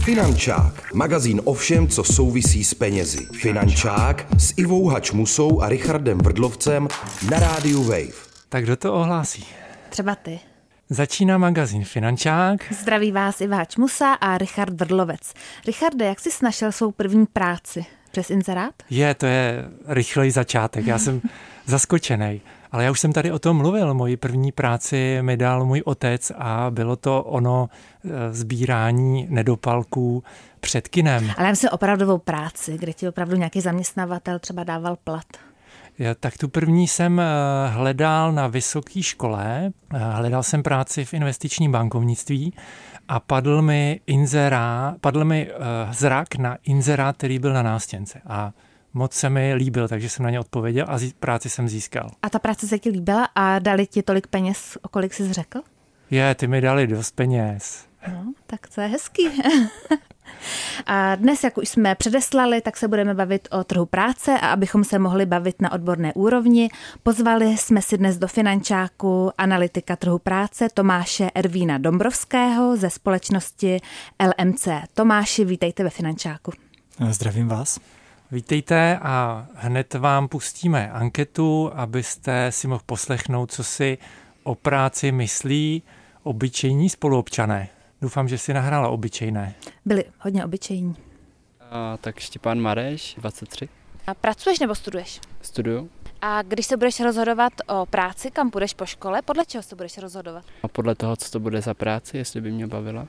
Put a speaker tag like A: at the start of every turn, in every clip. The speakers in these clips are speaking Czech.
A: Finančák, magazín o všem, co souvisí s penězi. Finančák s Ivou Hačmusou a Richardem Vrdlovcem na rádiu Wave.
B: Tak kdo to ohlásí?
C: Třeba ty.
B: Začíná magazín Finančák.
C: Zdraví vás Iva Hačmusa a Richard Vrdlovec. Richarde, jak jsi našel svou první práci? Přes inzerát?
B: To je rychlej začátek, já jsem zaskočenej. Ale já už jsem tady o tom mluvil, moji první práci mi dal můj otec a bylo to ono sbírání nedopalků před kinem.
C: Ale já myslím opravdovou práci, kde ti opravdu nějaký zaměstnavatel třeba dával plat.
B: Tak tu první jsem hledal na vysoké škole, hledal jsem práci v investičním bankovnictví a padl mi zrak na inzerát, který byl na nástěnce a moc se mi líbil, takže jsem na ně odpověděl a práci jsem získal.
C: A ta práce se ti líbila a dali ti tolik peněz, o kolik jsi řekl?
B: Ty mi dali dost peněz.
C: No, tak to je hezký. A dnes, jak už jsme předeslali, tak se budeme bavit o trhu práce a abychom se mohli bavit na odborné úrovni, pozvali jsme si dnes do Finančáku analytika trhu práce Tomáše Ervína Dombrovského ze společnosti LMC. Tomáši, vítejte ve Finančáku.
D: Zdravím vás.
B: Vítejte a hned vám pustíme anketu, abyste si mohl poslechnout, co si o práci myslí obyčejní spoluobčané. Doufám, že si nahrála obyčejné.
C: Byli hodně obyčejní.
E: Tak Štěpán Mareš, 23.
C: A pracuješ nebo studuješ?
E: Studuju.
C: A když se budeš rozhodovat o práci, kam půjdeš po škole, podle čeho se budeš rozhodovat?
E: A podle toho, co to bude za práci, jestli by mě bavila.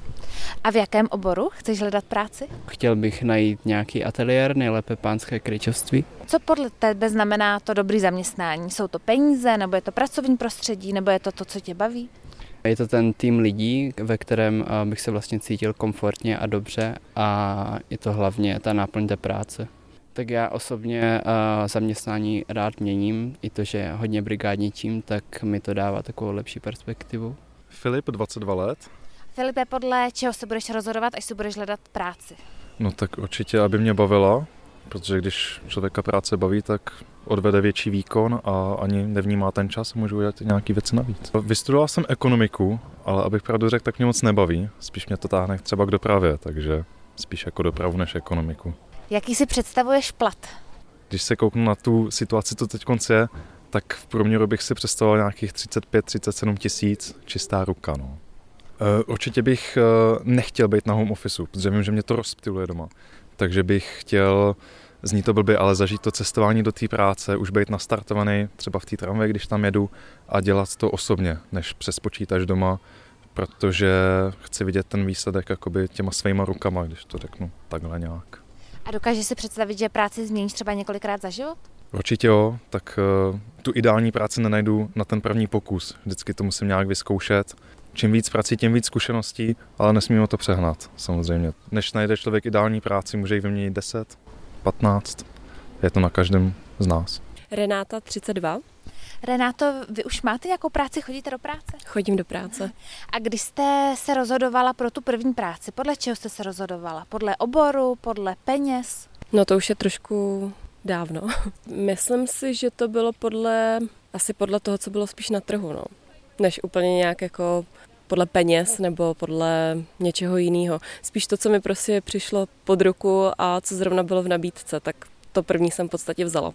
C: A v jakém oboru chceš hledat práci?
E: Chtěl bych najít nějaký ateliér, nejlépe pánské kryčovství.
C: Co podle tebe znamená to dobrý zaměstnání? Jsou to peníze, nebo je to pracovní prostředí, nebo je to to, co tě baví?
E: Je to ten tým lidí, ve kterém bych se vlastně cítil komfortně a dobře a je to hlavně ta náplň té práce. Tak já osobně zaměstnání rád měním, i to, že je hodně brigádničím, tak mi to dává takovou lepší perspektivu.
F: Filip, 22 let.
C: Filipe, podle čeho se budeš rozhodovat, až si budeš hledat práci?
F: No tak určitě, aby mě bavila, protože když člověka práce baví, tak odvede větší výkon a ani nevnímá ten čas a můžu udělat nějaký věci navíc. Vystudoval jsem ekonomiku, ale abych pravdu řekl, tak mě moc nebaví. Spíš mě to táhne třeba k dopravě, takže spíš jako dopravu než ekonomiku.
C: Jaký si představuješ plat?
F: Když se kouknu na tu situaci, co teď je, tak v průměru bych si představoval nějakých 35-37 tisíc čistá ruka. No. Určitě bych nechtěl být na home officeu, protože vím, že mě to rozptyluje doma. Takže bych chtěl, zní to blbě, ale zažít to cestování do té práce, už být nastartovaný třeba v té tramvaji, když tam jedu a dělat to osobně, než přes počítač doma, protože chci vidět ten výsledek jakoby těma svýma rukama, když to řeknu takhle nějak.
C: A dokážeš si představit, že práci změníš třeba několikrát za život?
F: Určitě jo, tak tu ideální práci nenajdu na ten první pokus. Vždycky to musím nějak vyzkoušet. Čím víc prací, tím víc zkušeností, ale nesmíme to přehnat, samozřejmě. Než najde člověk ideální práci, může ji vyměnit 10, 15. Je to na každém z nás.
G: Renáta, 32.
C: Renáto, vy už máte nějakou práci, chodíte do práce?
G: Chodím do práce.
C: A když jste se rozhodovala pro tu první práci, podle čeho jste se rozhodovala? Podle oboru, podle peněz?
G: No to už je trošku dávno. Myslím si, že to bylo asi podle toho, co bylo spíš na trhu, no. Než úplně nějak jako podle peněz nebo podle něčeho jiného. Spíš to, co mi prostě přišlo pod ruku a co zrovna bylo v nabídce, tak to první jsem v podstatě vzala.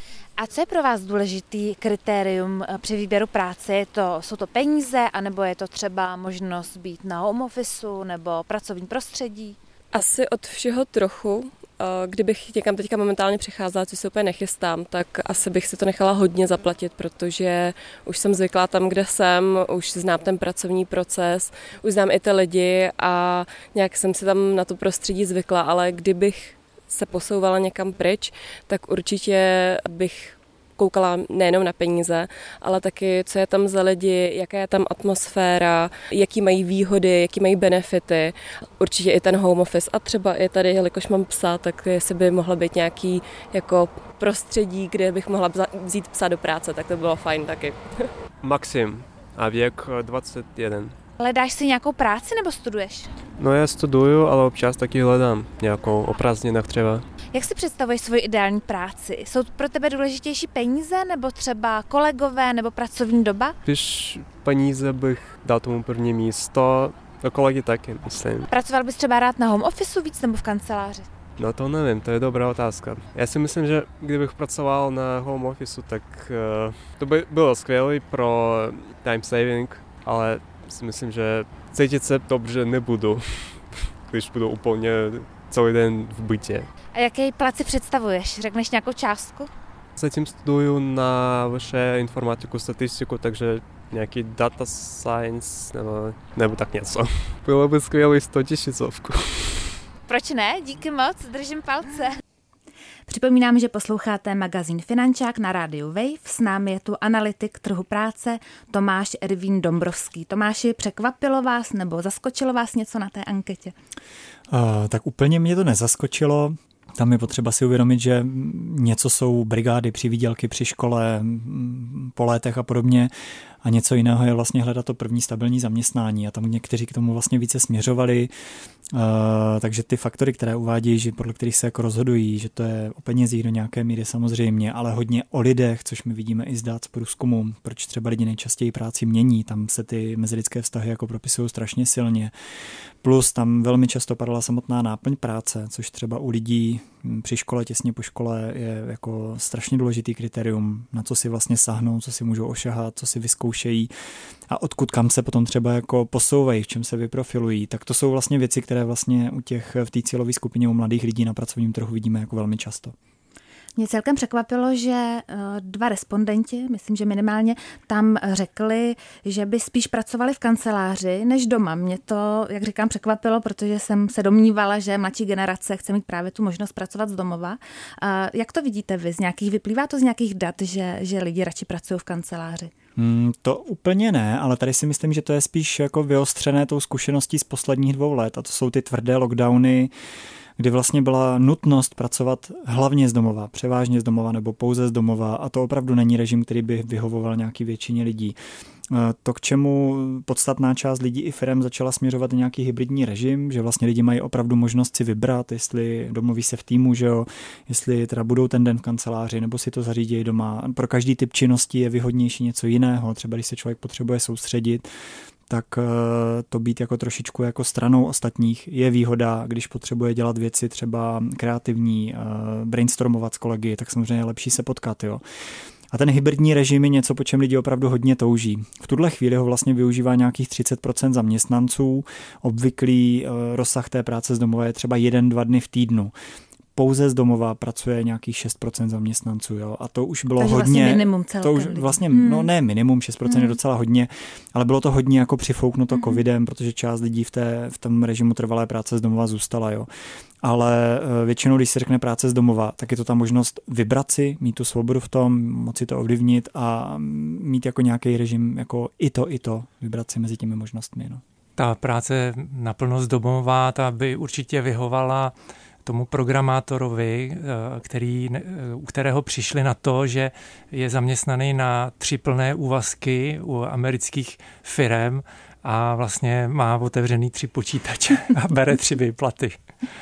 C: A co je pro vás důležitý kritérium při výběru práce? Jsou to peníze, anebo je to třeba možnost být na home officeu nebo pracovní prostředí?
G: Asi od všeho trochu. Kdybych někam teďka momentálně přicházela, což se úplně nechystám, tak asi bych si to nechala hodně zaplatit, protože už jsem zvyklá tam, kde jsem, už znám ten pracovní proces, už znám i ty lidi a nějak jsem si tam na to prostředí zvykla, ale kdybych se posouvala někam pryč, tak určitě bych koukala nejenom na peníze, ale taky, co je tam za lidi, jaká je tam atmosféra, jaký mají výhody, jaký mají benefity. Určitě i ten home office. A třeba i tady, jelikož mám psa, tak jestli by mohla být nějaký jako prostředí, kde bych mohla vzít psa do práce, tak to bylo fajn taky.
H: Maxim a věk 21.
C: Hledáš si nějakou práci nebo studuješ?
H: No já studuju, ale občas taky hledám nějakou o prázdninách třeba.
C: Jak si představuješ svoji ideální práci? Jsou pro tebe důležitější peníze, nebo třeba kolegové, nebo pracovní doba?
H: Když peníze bych dal tomu první místo, Do kolegy taky, myslím.
C: Pracoval bys třeba rád na home officeu víc nebo v kanceláři?
H: No to nevím, to je dobrá otázka. Já si myslím, že kdybych pracoval na home officeu, tak to by bylo skvělé pro time saving, ale si myslím, že cítit se dobře nebudu, když budu úplně celý den v bytě.
C: A jaký plat si představuješ? Řekneš nějakou částku?
H: Zatím studuju na vyšší informatiku, statistiku, takže nějaký data science nebo tak něco. Bylo by skvělé 100 000.
C: Proč ne? Díky moc, držím palce. Připomínám, že posloucháte magazín Finančák na rádiu Wave. S námi je tu analytik trhu práce Tomáš Ervín Dombrovský. Tomáši, překvapilo vás nebo zaskočilo vás něco na té anketě?
D: Tak úplně mě to nezaskočilo. Tam je potřeba si uvědomit, že něco jsou brigády, přivýdělky při škole, po létech a podobně a něco jiného je vlastně hledat to první stabilní zaměstnání a tam někteří k tomu vlastně více směřovali, takže ty faktory, které uvádějí, že podle kterých se jako rozhodují, že to je o penězích do nějaké míry samozřejmě, ale hodně o lidech, což my vidíme i z dat z průzkumu, proč třeba lidi nejčastěji práci mění, tam se ty mezilidské vztahy jako propisují strašně silně. Plus tam velmi často padala samotná náplň práce, což třeba u lidí při škole, těsně po škole je jako strašně důležitý kritérium, na co si vlastně sáhnou, co si můžou ošahat, co si vyzkoušejí a odkud kam se potom třeba jako posouvají, v čem se vyprofilují. Tak to jsou vlastně věci, které vlastně v té cílové skupině u mladých lidí na pracovním trhu vidíme jako velmi často.
C: Mě celkem překvapilo, že 2 respondenti, myslím, že minimálně, tam řekli, že by spíš pracovali v kanceláři než doma. Mě to, jak říkám, překvapilo, protože jsem se domnívala, že mladší generace chce mít právě tu možnost pracovat z domova. Jak to vidíte vy? Vyplývá to z nějakých dat, že lidi radši pracují v kanceláři?
D: To úplně ne, ale tady si myslím, že to je spíš jako vyostřené tou zkušeností z posledních 2 let a to jsou ty tvrdé lockdowny, kdy vlastně byla nutnost pracovat hlavně z domova, převážně z domova nebo pouze z domova a to opravdu není režim, který by vyhovoval nějaký většině lidí. To, k čemu podstatná část lidí i firem začala směřovat nějaký hybridní režim, že vlastně lidi mají opravdu možnost si vybrat, jestli domluví se v týmu, že jo, jestli teda budou ten den v kanceláři, nebo si to zařídí doma. Pro každý typ činnosti je výhodnější něco jiného, třeba když se člověk potřebuje soustředit, tak to být jako trošičku jako stranou ostatních je výhoda, když potřebuje dělat věci třeba kreativní, brainstormovat s kolegy, tak samozřejmě je lepší se potkat, jo. A ten hybridní režim je něco, po čem lidi opravdu hodně touží. V tuhle chvíli ho vlastně využívá nějakých 30% zaměstnanců. Obvyklý rozsah té práce z domova je třeba 1-2 dny v týdnu. Pouze z domova pracuje nějakých 6% zaměstnanců, jo. A to už bylo
C: takže
D: hodně.
C: Vlastně minimum celkem.
D: To už vlastně, no ne minimum, 6% je docela hodně, ale bylo to hodně jako přifouknuto covidem, protože část lidí v tom režimu trvalé práce z domova zůstala, jo. Ale většinou, když se řekne práce z domova, tak je to ta možnost vybrat si, mít tu svobodu v tom, moci to ovlivnit a mít jako nějaký režim, jako i to, vybrat si mezi těmi možnostmi, no.
B: Ta práce naplno z domova, ta by určitě vyhovala tomu programátorovi, u kterého přišli na to, že je zaměstnaný na 3 plné úvazky u amerických firem a vlastně má otevřený 3 počítače a bere 3 výplaty.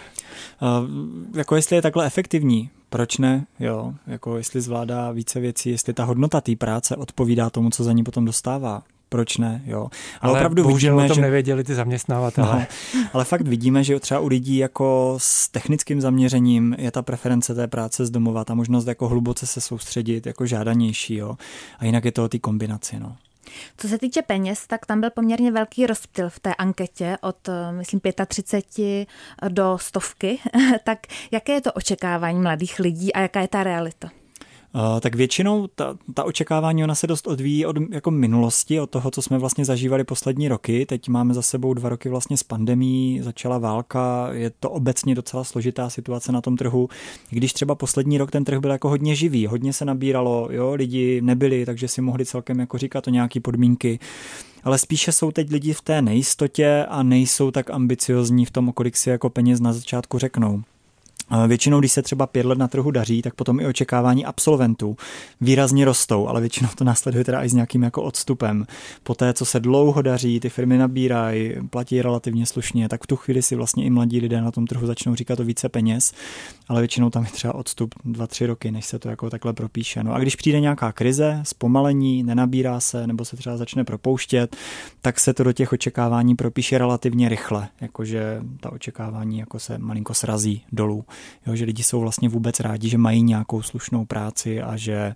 D: Jako jestli je takhle efektivní, proč ne? Jo, jako jestli zvládá více věcí, jestli ta hodnota té práce odpovídá tomu, co za ní potom dostává. Proč ne, jo.
B: Ale
D: opravdu
B: bohužel
D: vidíme,
B: o tom
D: že
B: nevěděli ty zaměstnavatelé.
D: No, ale fakt vidíme, že třeba u lidí jako s technickým zaměřením je ta preference té práce z domova, ta možnost jako hluboce se soustředit, jako žádanější, jo. A jinak je to o té kombinaci, no.
C: Co se týče peněz, tak tam byl poměrně velký rozptyl v té anketě od, myslím, 35 do 100. Tak jaké je to očekávání mladých lidí a jaká je ta realita?
D: Tak většinou ta očekávání, ona se dost odvíjí od jako minulosti, od toho, co jsme vlastně zažívali poslední roky. Teď máme za sebou 2 roky vlastně s pandemií, začala válka, je to obecně docela složitá situace na tom trhu. I když třeba poslední rok ten trh byl jako hodně živý, hodně se nabíralo, jo, lidi nebyli, takže si mohli celkem jako říkat o nějaký podmínky. Ale spíše jsou teď lidi v té nejistotě a nejsou tak ambiciozní v tom, o kolik si jako peněz na začátku řeknou. Většinou, když se třeba 5 let na trhu daří, tak potom i očekávání absolventů výrazně rostou, ale většinou to následuje teda i s nějakým jako odstupem. Poté, co se dlouho daří, ty firmy nabírají, platí relativně slušně, tak v tu chvíli si vlastně i mladí lidé na tom trhu začnou říkat o více peněz, ale většinou tam je třeba odstup 2-3 roky, než se to jako takhle propíše. No a když přijde nějaká krize, zpomalení, nenabírá se, nebo se třeba začne propouštět, tak se to do těch očekávání propíše relativně rychle, jakože ta očekávání jako se malinko srazí dolů. Jo, že lidi jsou vlastně vůbec rádi, že mají nějakou slušnou práci a že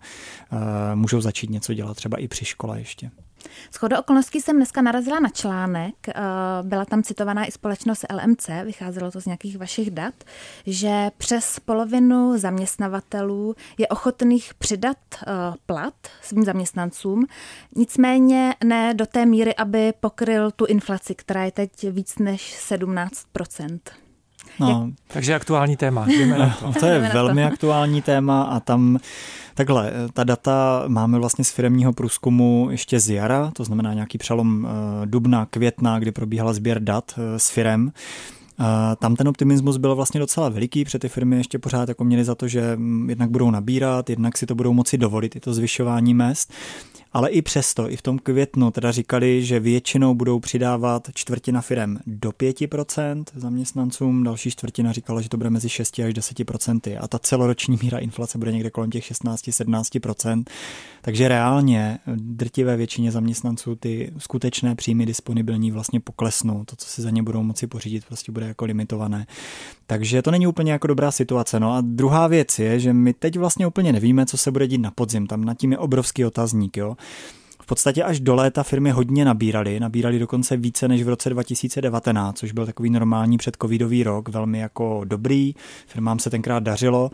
D: můžou začít něco dělat třeba i při škole ještě.
C: Shodou okolností jsem dneska narazila na článek, byla tam citovaná i společnost LMC, vycházelo to z nějakých vašich dat, že přes polovinu zaměstnavatelů je ochotných přidat plat svým zaměstnancům, nicméně ne do té míry, aby pokryl tu inflaci, která je teď víc než 17%.
D: No.
B: Takže aktuální téma.
D: To je velmi aktuální téma a tam takhle, ta data máme vlastně z firemního průzkumu ještě z jara, to znamená nějaký přelom dubna, května, kdy probíhala sběr dat z firem. Tam ten optimismus byl vlastně docela veliký, protože ty firmy ještě pořád jako měly za to, že jednak budou nabírat, jednak si to budou moci dovolit, i to zvyšování mezd. Ale i přesto, i v tom květnu teda říkali, že většinou budou přidávat čtvrtina firem do 5% zaměstnancům, další čtvrtina říkala, že to bude mezi 6 až 10% a ta celoroční míra inflace bude někde kolem těch 16-17%. Takže reálně drtivé většině zaměstnanců ty skutečné příjmy disponibilní vlastně poklesnou. To, co si za ně budou moci pořídit, prostě bude jako limitované. Takže to není úplně jako dobrá situace. No a druhá věc je, že my teď vlastně úplně nevíme, co se bude dít na podzim. Tam nad tím je obrovský otazník, jo. V podstatě až do léta firmy hodně nabírali dokonce více než v roce 2019, což byl takový normální předcovidový rok, velmi jako dobrý, firmám se tenkrát dařilo.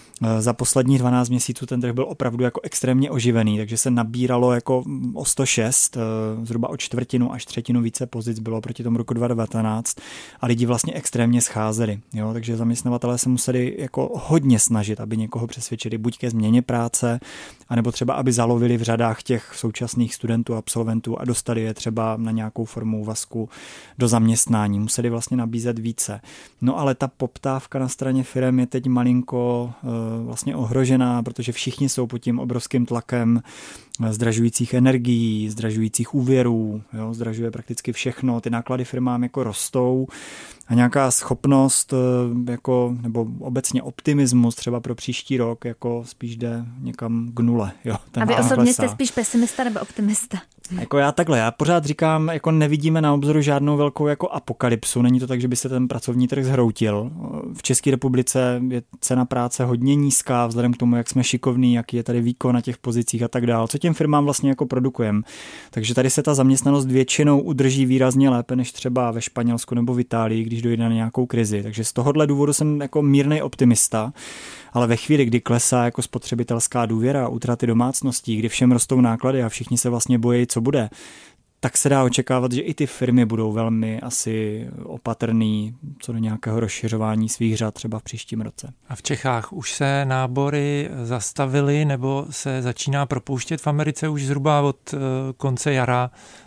D: Za posledních 12 měsíců ten trh byl opravdu jako extrémně oživený, takže se nabíralo jako o 106, zhruba o čtvrtinu až třetinu více pozic bylo proti tomu roku 2019 a lidi vlastně extrémně scházeli. Jo? Takže zaměstnavatelé se museli jako hodně snažit, aby někoho přesvědčili buď ke změně práce, anebo třeba, aby zalovili v řadách těch současných studentů, absolventů a dostali je třeba na nějakou formu úvazku do zaměstnání. Museli vlastně nabízet více. No ale ta poptávka na straně firem je teď malinko vlastně ohrožená, protože všichni jsou pod tím obrovským tlakem zdražujících energií, zdražujících úvěrů, jo, zdražuje prakticky všechno, ty náklady firmám jako rostou a nějaká schopnost jako, nebo obecně optimismus třeba pro příští rok jako spíš jde někam k nule. Jo,
C: a vy osobně jste spíš pesimista nebo optimista?
D: Jako já pořád říkám, jako nevidíme na obzoru žádnou velkou jako apokalypsu, není to tak, že by se ten pracovní trh zhroutil. V České republice je cena práce hodně nízká, vzhledem k tomu, jak jsme šikovní, jaký je tady výkon na těch pozicích a tak dále. Co těm firmám vlastně jako produkujeme. Takže tady se ta zaměstnanost většinou udrží výrazně lépe než třeba ve Španělsku nebo v Itálii, když dojde na nějakou krizi. Takže z tohohle důvodu jsem jako mírnej optimista, ale ve chvíli, kdy klesá jako spotřebitelská důvěra, útraty domácností, kdy všem rostou náklady a všichni se vlastně bojí, co bude, tak se dá očekávat, že i ty firmy budou velmi asi opatrný co do nějakého rozšiřování svých řad třeba v příštím roce.
B: A v Čechách už se nábory zastavily nebo se začíná propouštět v Americe už zhruba od konce jara?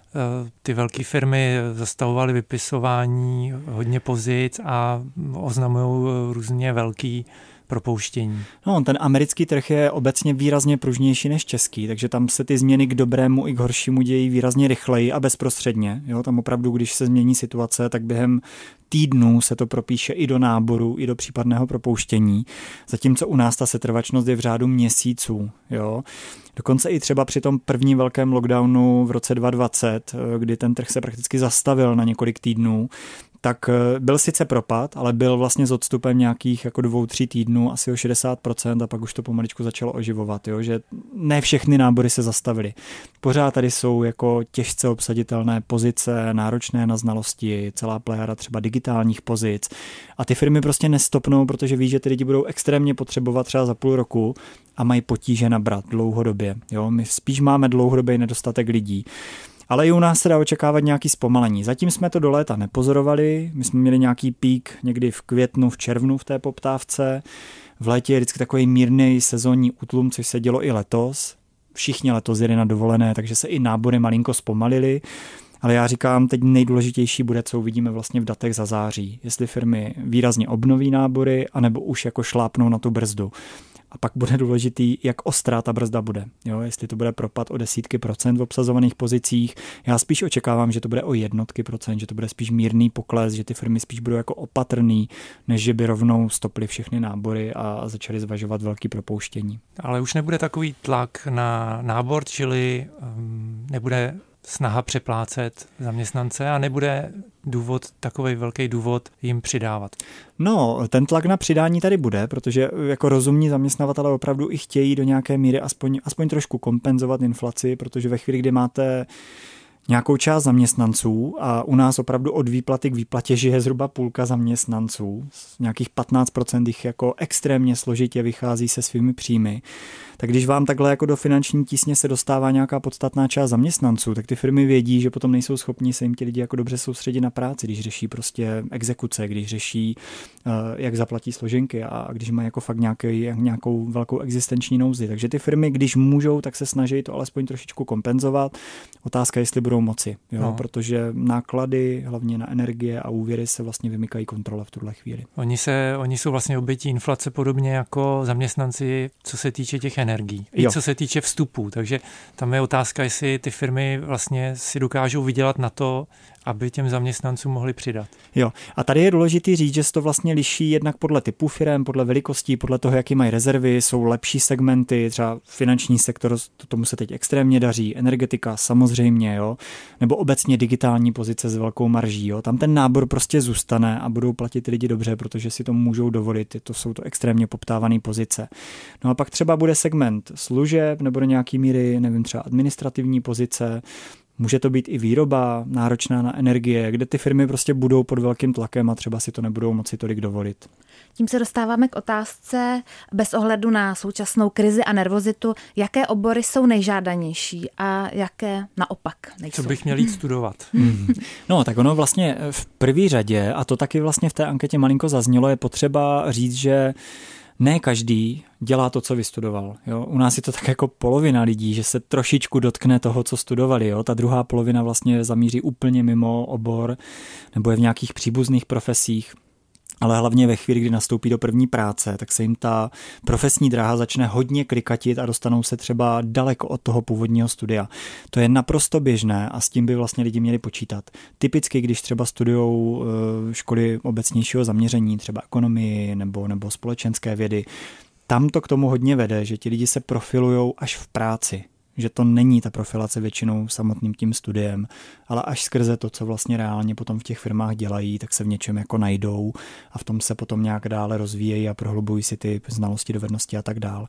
B: Ty velké firmy zastavovaly vypisování hodně pozic a oznamují různě velký propouštění.
D: No, ten americký trh je obecně výrazně pružnější než český, takže tam se ty změny k dobrému i k horšímu dějí výrazně rychleji a bezprostředně. Jo, tam opravdu, když se změní situace, tak během týdnů se to propíše i do náboru, i do případného propouštění, zatímco u nás ta setrvačnost je v řádu měsíců. Jo. Dokonce i třeba při tom prvním velkém lockdownu v roce 2020, kdy ten trh se prakticky zastavil na několik týdnů, tak byl sice propad, ale byl vlastně s odstupem nějakých jako 2-3 týdnů asi o 60% a pak už to pomaličku začalo oživovat, jo? Že ne všechny nábory se zastavily. Pořád tady jsou jako těžce obsaditelné pozice, náročné na znalosti, celá plejada třeba digitálních pozic a ty firmy prostě nestopnou, protože ví, že ty lidi budou extrémně potřebovat třeba za půl roku a mají potíže nabrat dlouhodobě. Jo? My spíš máme dlouhodobý nedostatek lidí. Ale i u nás se dá očekávat nějaký zpomalení. Zatím jsme to do léta nepozorovali, my jsme měli nějaký pík někdy v květnu, v červnu v té poptávce. V létě je vždycky takový mírný sezónní útlum, což se dělo i letos. Všichni letos jeli na dovolené, takže se i nábory malinko zpomalily. Ale já říkám, teď nejdůležitější bude, co uvidíme vlastně v datech za září. Jestli firmy výrazně obnoví nábory, anebo už jako šlápnou na tu brzdu. A pak bude důležitý, jak ostrá ta brzda bude. Jo, jestli to bude propad o desítky procent v obsazovaných pozicích. Já spíš očekávám, že to bude o jednotky procent, že to bude spíš mírný pokles, že ty firmy spíš budou jako opatrný, než že by rovnou stoply všechny nábory a začaly zvažovat velký propouštění.
B: Ale už nebude takový tlak na nábor, čili nebude snaha přeplácet zaměstnance a nebude takový velký důvod jim přidávat.
D: No, ten tlak na přidání tady bude, protože jako rozumní zaměstnavatelé opravdu i chtějí do nějaké míry aspoň trošku kompenzovat inflaci, protože ve chvíli, kdy máte nějakou část zaměstnanců a u nás opravdu od výplaty k výplatě žije zhruba půlka zaměstnanců, nějakých 15% jich jako extrémně složitě vychází se svými příjmy. Tak když vám takhle jako do finanční tísně se dostává nějaká podstatná část zaměstnanců, tak ty firmy vědí, že potom nejsou schopni se jim ti lidi jako dobře soustředit na práci, když řeší prostě exekuce, když řeší, jak zaplatí složenky a když mají jako fakt nějakou velkou existenční nouzi. Takže ty firmy, když můžou, tak se snaží to alespoň trošičku kompenzovat. Otázka, jestli budou moci, jo? No. Protože náklady, hlavně na energie a úvěry se vlastně vymykají kontrole v tuhle chvíli.
B: Oni jsou vlastně obětí inflace podobně jako zaměstnanci, co se týče těch energií, i co se týče vstupů. Takže tam je otázka, jestli ty firmy vlastně si dokážou vydělat na to, aby těm zaměstnancům mohli přidat. Jo,
D: a tady je důležitý říct, že se to vlastně liší jednak podle typu firem, podle velikostí, podle toho, jaký mají rezervy, jsou lepší segmenty, třeba finanční sektor, tomu se teď extrémně daří, energetika samozřejmě, jo, nebo obecně digitální pozice s velkou marží, jo. Tam ten nábor prostě zůstane a budou platit ty lidi dobře, protože si to můžou dovolit, jsou to extrémně poptávané pozice. No a pak třeba bude segment služeb nebo do nějaký míry, nevím, třeba administrativní pozice. Může to být i výroba náročná na energie, kde ty firmy prostě budou pod velkým tlakem a třeba si to nebudou moci tolik dovolit.
C: Tím se dostáváme k otázce, bez ohledu na současnou krizi a nervozitu, jaké obory jsou nejžádanější a jaké naopak nejsou.
B: Co bych měl jít studovat?
D: No, tak ono vlastně v první řadě, a to taky vlastně v té anketě malinko zaznělo, je potřeba říct, že ne každý dělá to, co vystudoval. Jo? U nás je to tak jako polovina lidí, že se trošičku dotkne toho, co studovali. Jo? Ta druhá polovina vlastně zamíří úplně mimo obor nebo je v nějakých příbuzných profesích. Ale hlavně ve chvíli, kdy nastoupí do první práce, tak se jim ta profesní dráha začne hodně klikatit a dostanou se třeba daleko od toho původního studia. To je naprosto běžné a s tím by vlastně lidi měli počítat. Typicky, když třeba studujou školy obecnějšího zaměření, třeba ekonomii nebo společenské vědy, tam to k tomu hodně vede, že ti lidi se profilujou až v práci. Že to není ta profilace většinou samotným tím studiem, ale až skrze to, co vlastně reálně potom v těch firmách dělají, tak se v něčem jako najdou a v tom se potom nějak dále rozvíjejí a prohlubují si ty znalosti, dovednosti a tak dál.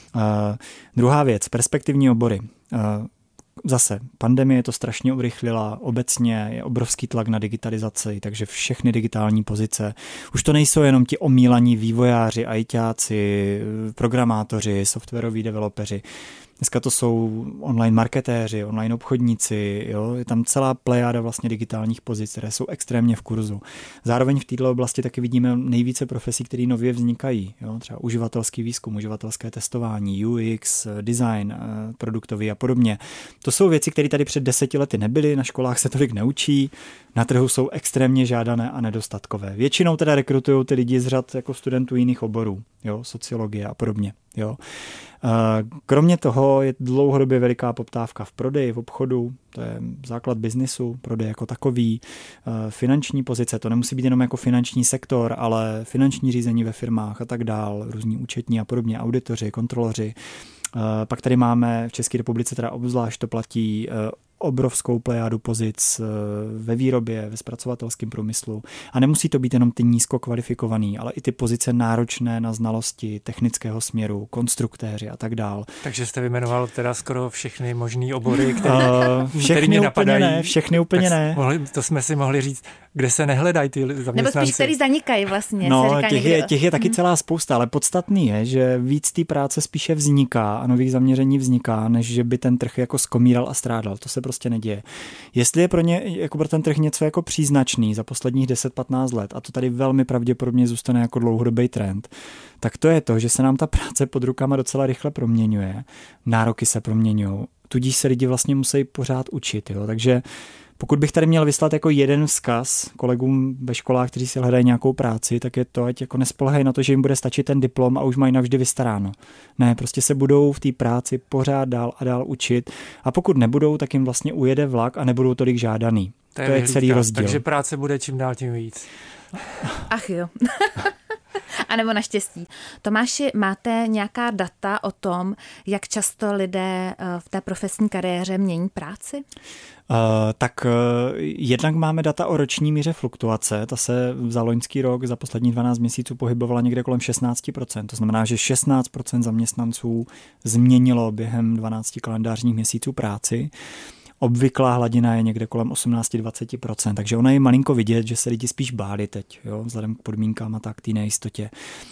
D: Druhá věc, perspektivní obory. Zase, pandemie to strašně urychlila, obecně je obrovský tlak na digitalizaci, takže všechny digitální pozice. Už to nejsou jenom ti omílaní vývojáři, ajťáci, programátoři, softwaroví developeři. Dneska to jsou online marketéři, online obchodníci, jo? Je tam celá plejáda vlastně digitálních pozic, které jsou extrémně v kurzu. Zároveň v této oblasti taky vidíme nejvíce profesí, které nově vznikají. Jo? Třeba uživatelský výzkum, uživatelské testování, UX, design, produktový a podobně. To jsou věci, které tady před 10 lety nebyly, na školách se tolik neučí, na trhu jsou extrémně žádané a nedostatkové. Většinou teda rekrutují ty lidi z řad jako studentů jiných oborů, jo? Sociologie a podobně. Jo? Kromě toho je dlouhodobě veliká poptávka v prodeji, v obchodu, to je základ biznisu, prodej jako takový, finanční pozice, to nemusí být jenom jako finanční sektor, ale finanční řízení ve firmách a tak dál, různí účetní a podobně, auditoři, kontroloři. Pak tady máme v České republice, teda obzvlášť to platí, obrovskou plejádu pozic ve výrobě, ve zpracovatelském průmyslu. A nemusí to být jenom ty nízko kvalifikovaný, ale i ty pozice náročné na znalosti technického směru, konstruktéři a tak dál.
B: Takže jste vyjmenoval teda skoro všechny možný obory, které mě napadají.
D: Všechny úplně ne.
B: To jsme si mohli říct, kde se nehledají ty zaměstnanci.
C: Nebo spíš, který zanikají vlastně.
D: No, těch je taky celá spousta, ale podstatný je, že víc té práce spíše vzniká a nových zaměření vzniká, než že by ten trh jako skomíral a strádal. To se prostě neděje. Jestli je pro ně, jako pro ten trh něco jako příznačný za posledních 10-15 let, a to tady velmi pravděpodobně zůstane jako dlouhodobý trend, tak to je to, že se nám ta práce pod rukama docela rychle proměňuje, nároky se proměňují, tudíž se lidi vlastně musí pořád učit. Jo? Takže Pokud bych tady měl vyslat jako jeden vzkaz kolegům ve školách, kteří si hledají nějakou práci, tak je to, ať jako nespoléhají na to, že jim bude stačit ten diplom a už mají navždy vystaráno. Ne, prostě se budou v té práci pořád dál a dál učit a pokud nebudou, tak jim vlastně ujede vlak a nebudou tolik žádaný. To je celý rozdíl.
B: Takže práce bude čím dál tím víc.
C: Ach jo. A nebo naštěstí. Tomáši, máte nějaká data o tom, jak často lidé v té profesní kariéře mění práci?
D: Jednak máme data o roční míře fluktuace. Ta se za loňský rok, za poslední 12 měsíců pohybovala někde kolem 16%. To znamená, že 16% zaměstnanců změnilo během 12 kalendářních měsíců práci. Obvyklá hladina je někde kolem 18-20%, takže ona je malinko vidět, že se lidi spíš báli teď, jo, vzhledem k podmínkám a tak, té nejistotě.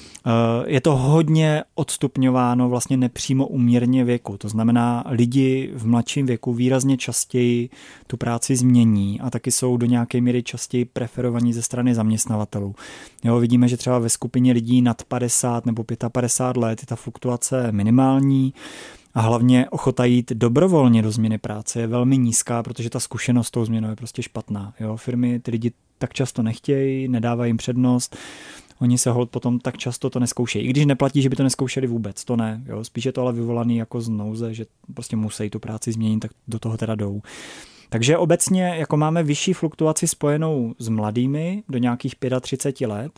D: Je to hodně odstupňováno vlastně nepřímo úměrně věku, to znamená, lidi v mladším věku výrazně častěji tu práci změní a taky jsou do nějaké míry častěji preferovaní ze strany zaměstnavatelů. Jo, vidíme, že třeba ve skupině lidí nad 50 nebo 55 let je ta fluktuace minimální, a hlavně ochota jít dobrovolně do změny práce je velmi nízká, protože ta zkušenost s tou změnou je prostě špatná. Jo? Firmy ty lidi tak často nechtějí, nedávají jim přednost, oni se holt potom tak často to neskoušejí. I když neplatí, že by to neskoušeli vůbec, to ne. Jo? Spíš je to ale vyvolaný jako z nouze, že prostě musí tu práci změnit, tak do toho teda jdou. Takže obecně jako máme vyšší fluktuaci spojenou s mladými do nějakých 35 let,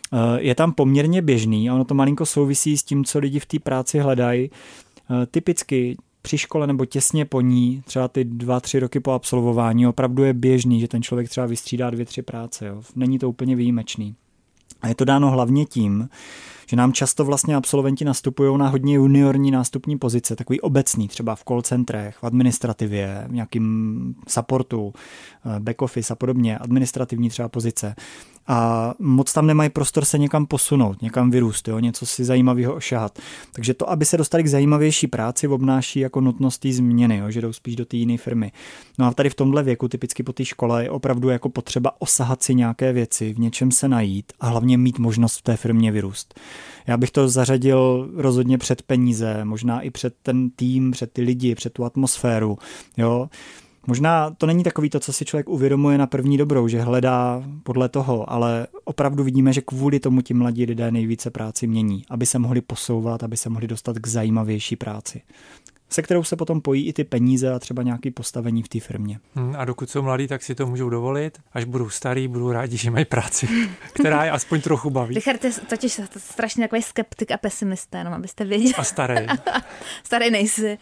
D: je tam poměrně běžný a ono to malinko souvisí s tím, co lidi v té práci hledají. Typicky při škole nebo těsně po ní, třeba ty 2-3 roky po absolvování, opravdu je běžný, že ten člověk třeba vystřídá 2-3 práce. Jo. Není to úplně výjimečný. A je to dáno hlavně tím, že nám často vlastně absolventi nastupují na hodně juniorní nástupní pozice, takový obecný, třeba v call centrech, v administrativě, v nějakým supportu, back office a podobně, administrativní třeba pozice. A moc tam nemají prostor se někam posunout, někam vyrůst, jo, něco si zajímavého ošahat. Takže to, aby se dostali k zajímavější práci, obnáší jako nutnost té změny, jo, že jdou spíš do té jiné firmy. No a tady v tomhle věku, typicky po té škole, je opravdu jako potřeba osahat si nějaké věci, v něčem se najít a hlavně mít možnost v té firmě vyrůst. Já bych to zařadil rozhodně před peníze, možná i před ten tým, před ty lidi, před tu atmosféru, jo. Možná to není takový to, co si člověk uvědomuje na první dobrou, že hledá podle toho, ale opravdu vidíme, že kvůli tomu ti mladí lidé nejvíce práci mění, aby se mohli posouvat, aby se mohli dostat k zajímavější práci, se kterou se potom pojí i ty peníze a třeba nějaké postavení v té firmě.
B: A dokud jsou mladí, tak si to můžou dovolit. Až budou starí, budou rádi, že mají práci, která je aspoň trochu baví.
C: Richard je totiž strašně takový skeptik a pesimista, jenom abyste věděli.
B: A starý.
C: Starý nejsi,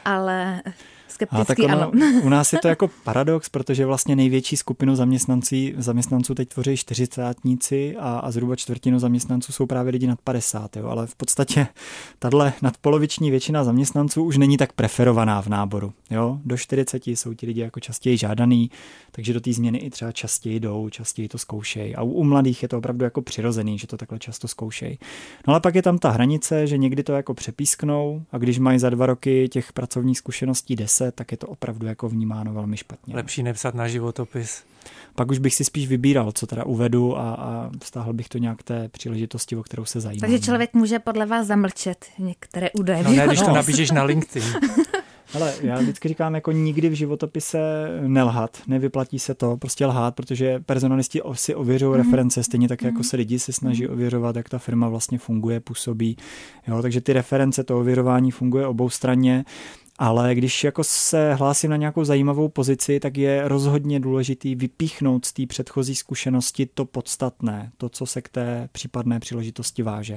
C: ale skeptický ano.
D: U nás je to jako paradox, protože vlastně největší skupinu zaměstnanců teď tvoří 40átníci a zhruba čtvrtinu zaměstnanců jsou právě lidi nad 50, jo, ale v podstatě tahle nadpoloviční většina zaměstnanců už není tak preferovaná v náboru. Jo. Do 40 jsou ti lidi jako častěji žádaný, takže do té změny i třeba častěji jdou, častěji to zkoušejí. A u mladých je to opravdu jako přirozený, že to takhle často zkoušejí. No ale pak je tam ta hranice, že někdy to jako přepísknou a když mají za 2 roky těch pracovních zkušeností 10, tak je to opravdu jako vnímáno velmi špatně.
B: Lepší nepsat na životopis.
D: Pak už bych si spíš vybíral, co teda uvedu a vztáhl bych to nějak té příležitosti, o kterou se zajímám.
C: Takže člověk může podle vás zamlčet některé údaje.
B: No ne, když to napíšeš na LinkedIn.
D: Ale já vždycky říkám, jako nikdy v životopise nelhat, nevyplatí se to, prostě lhát, protože personalisti si ověřují reference, stejně tak jako se lidi se snaží ověřovat, jak ta firma vlastně funguje, působí. Jo, takže ty reference, to ověřování funguje oboustranně. Ale když jako se hlásím na nějakou zajímavou pozici, tak je rozhodně důležitý vypíchnout z té předchozí zkušenosti to podstatné, to, co se k té případné příležitosti váže.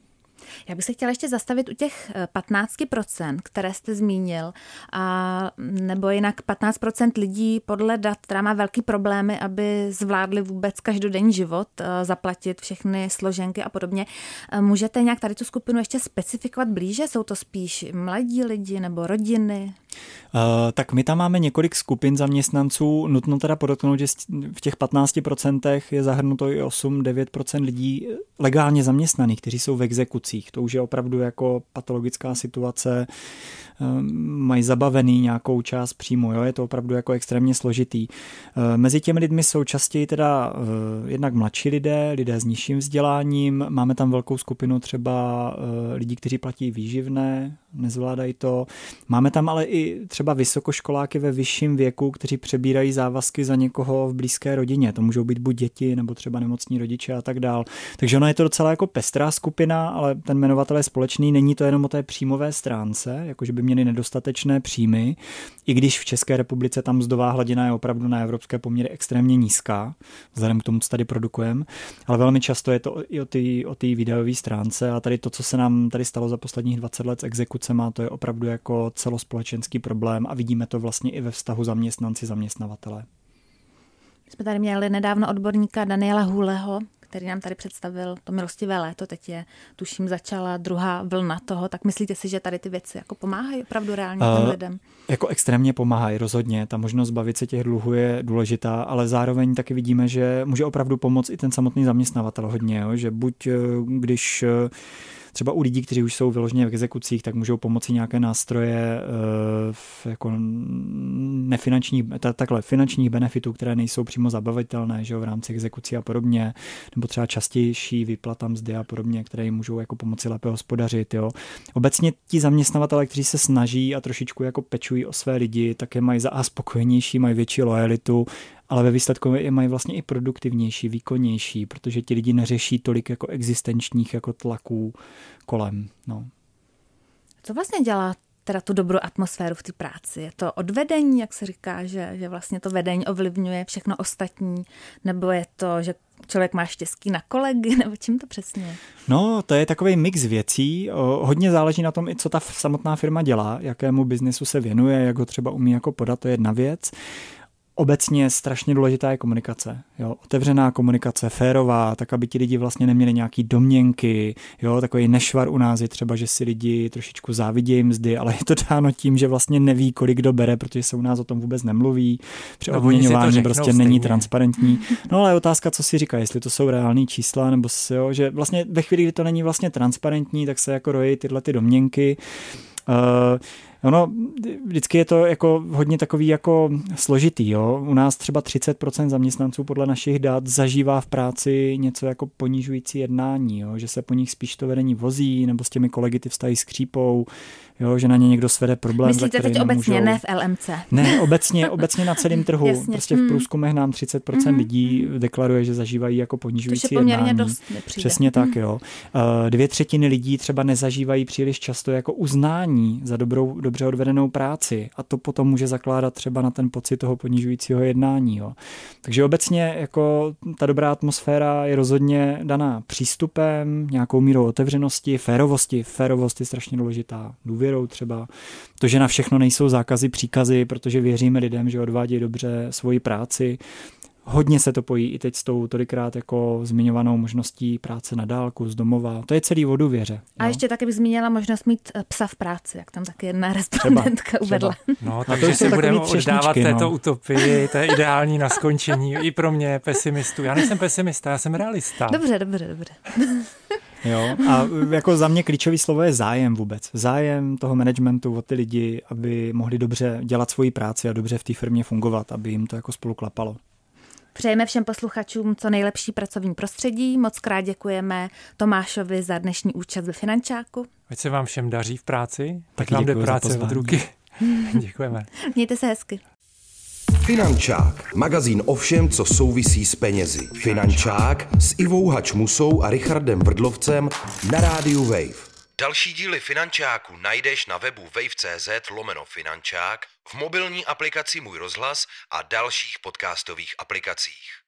C: Já bych se chtěla ještě zastavit u těch 15%, které jste zmínil, a nebo jinak 15% lidí podle dat, která má velký problémy, aby zvládli vůbec každodenní život, zaplatit všechny složenky a podobně. Můžete nějak tady tu skupinu ještě specifikovat blíže? Jsou to spíš mladí lidi nebo rodiny?
D: Tak my tam máme několik skupin zaměstnanců. Nutno teda podotknout, že v těch 15% je zahrnuto i 8-9% lidí legálně zaměstnaných, kteří jsou v exekucích. To už je opravdu jako patologická situace, mají zabavený nějakou část příjmu, jo? Je to opravdu jako extrémně složitý. Mezi těmi lidmi jsou častěji teda jednak mladší lidé s nižším vzděláním, máme tam velkou skupinu třeba lidí, kteří platí výživné, nezvládají to. Máme tam ale i i třeba vysokoškoláky ve vyšším věku, kteří přebírají závazky za někoho v blízké rodině. To můžou být buď děti, nebo třeba nemocní rodiče a tak dál. Takže ona je to docela jako pestrá skupina, ale ten jmenovatel je společný. Není to jenom o té příjmové stránce, jakože by měli nedostatečné příjmy, i když v České republice tam mzdová hladina je opravdu na evropské poměry extrémně nízká, vzhledem k tomu, co tady produkujeme, ale velmi často je to i o té videové stránce a tady to, co se nám tady stalo za posledních 20 let s exekucema, to je opravdu jako celospolečenský problém a vidíme to vlastně i ve vztahu zaměstnanci-zaměstnavatele.
C: Jsme tady měli nedávno odborníka Daniela Hůleho, který nám tady představil to milostivé léto. Teď je, tuším, začala druhá vlna toho. Tak myslíte si, že tady ty věci jako pomáhají opravdu reálně těm lidem?
D: Jako extrémně pomáhají, rozhodně. Ta možnost zbavit se těch dluhů je důležitá, ale zároveň taky vidíme, že může opravdu pomoct i ten samotný zaměstnavatel hodně. Jo? Že buď když třeba u lidí, kteří už jsou vyloženě v exekucích, tak můžou pomoci nějaké nástroje jako finančních benefitů, které nejsou přímo zabavitelné, že jo, v rámci exekucí a podobně, nebo třeba častější výplata mzdy a podobně, které jim můžou jako pomoci lépe hospodařit. Jo. Obecně ti zaměstnavatelé, kteří se snaží a trošičku jako pečují o své lidi, tak je mají za A spokojenější, mají větší lojalitu, ale ve výsledku je mají vlastně i produktivnější, výkonnější, protože ti lidi neřeší tolik jako existenčních jako tlaků kolem. No.
C: Co vlastně dělá teda tu dobrou atmosféru v té práci? Je to odvedení, jak se říká, že vlastně to vedení ovlivňuje všechno ostatní, nebo je to, že člověk má štěstí na kolegy, nebo čím to přesně je?
D: No, to je takový mix věcí. Hodně záleží na tom, i co ta samotná firma dělá, jakému biznesu se věnuje, jak ho třeba umí jako podat, to je jedna věc. Obecně strašně důležitá je komunikace. Jo? Otevřená komunikace, férová, tak aby ti lidi vlastně neměli nějaký domněnky. Jo? Takový nešvar u nás je třeba, že si lidi trošičku závidějí mzdy, ale je to dáno tím, že vlastně neví, kolik kdo bere, protože se u nás o tom vůbec nemluví. Při odměňování prostě není transparentní. No ale je otázka, co si říká, jestli to jsou reální čísla, nebo jo, že vlastně ve chvíli, kdy to není vlastně transparentní, tak se jako rojí tyhle ty domněnky. Ono, vždycky je to jako hodně takový jako složitý. Jo? U nás třeba 30% zaměstnanců podle našich dat zažívá v práci něco jako ponižující jednání, jo? Že se po nich spíš to vedení vozí, nebo s těmi kolegy ty vztahy skřípou, jo? Že na ně někdo svede problém.
C: Myslíte teď obecně, ne v LMC?
D: Ne, obecně na celém trhu. Jasně. Prostě v průzkumech nám 30% lidí deklaruje, že zažívají jako ponižující jednání.
C: Dost
D: přesně tak, jo. 2/3 lidí třeba nezažívají příliš často jako uznání za dobře odvedenou práci a to potom může zakládat třeba na ten pocit toho ponižujícího jednání. Jo. Takže obecně jako ta dobrá atmosféra je rozhodně daná přístupem, nějakou mírou otevřenosti, férovosti. Férovost je strašně důležitá. Důvěrou třeba. To, že na všechno nejsou zákazy, příkazy, protože věříme lidem, že odvádějí dobře svoji práci. Hodně se to pojí i teď s tou tolikrát jako zmiňovanou možností práce na dálku, z domova. To je celý o důvěře.
C: A ještě taky bych zmínila možnost mít psa v práci, jak tam taky jedna respondentka uvedla.
B: No, takže se budeme oddávat této utopii, to je ideální na skončení. I pro mě, pesimistu. Já nejsem pesimista, já jsem realista.
C: Dobře.
D: Jo, a jako za mě klíčový slovo je zájem vůbec. Zájem toho managementu o ty lidi, aby mohli dobře dělat svoji práci a dobře v té firmě fungovat, aby jim to jako spolu klapalo.
C: Přejeme všem posluchačům co nejlepší pracovní prostředí. Moc krát děkujeme Tomášovi za dnešní účast ve Finančáku.
B: Ať se vám všem daří v práci,
D: tak
B: vám jde práce od ruky. Děkujeme.
C: Mějte se hezky.
A: Finančák, magazín o všem, co souvisí s penězi. Finančák s Ivou Hačmusou a Richardem Vrdlovcem na rádiu Wave. Další díly Finančáku najdeš na webu wave.cz/finančák, v mobilní aplikaci Můj rozhlas a dalších podcastových aplikacích.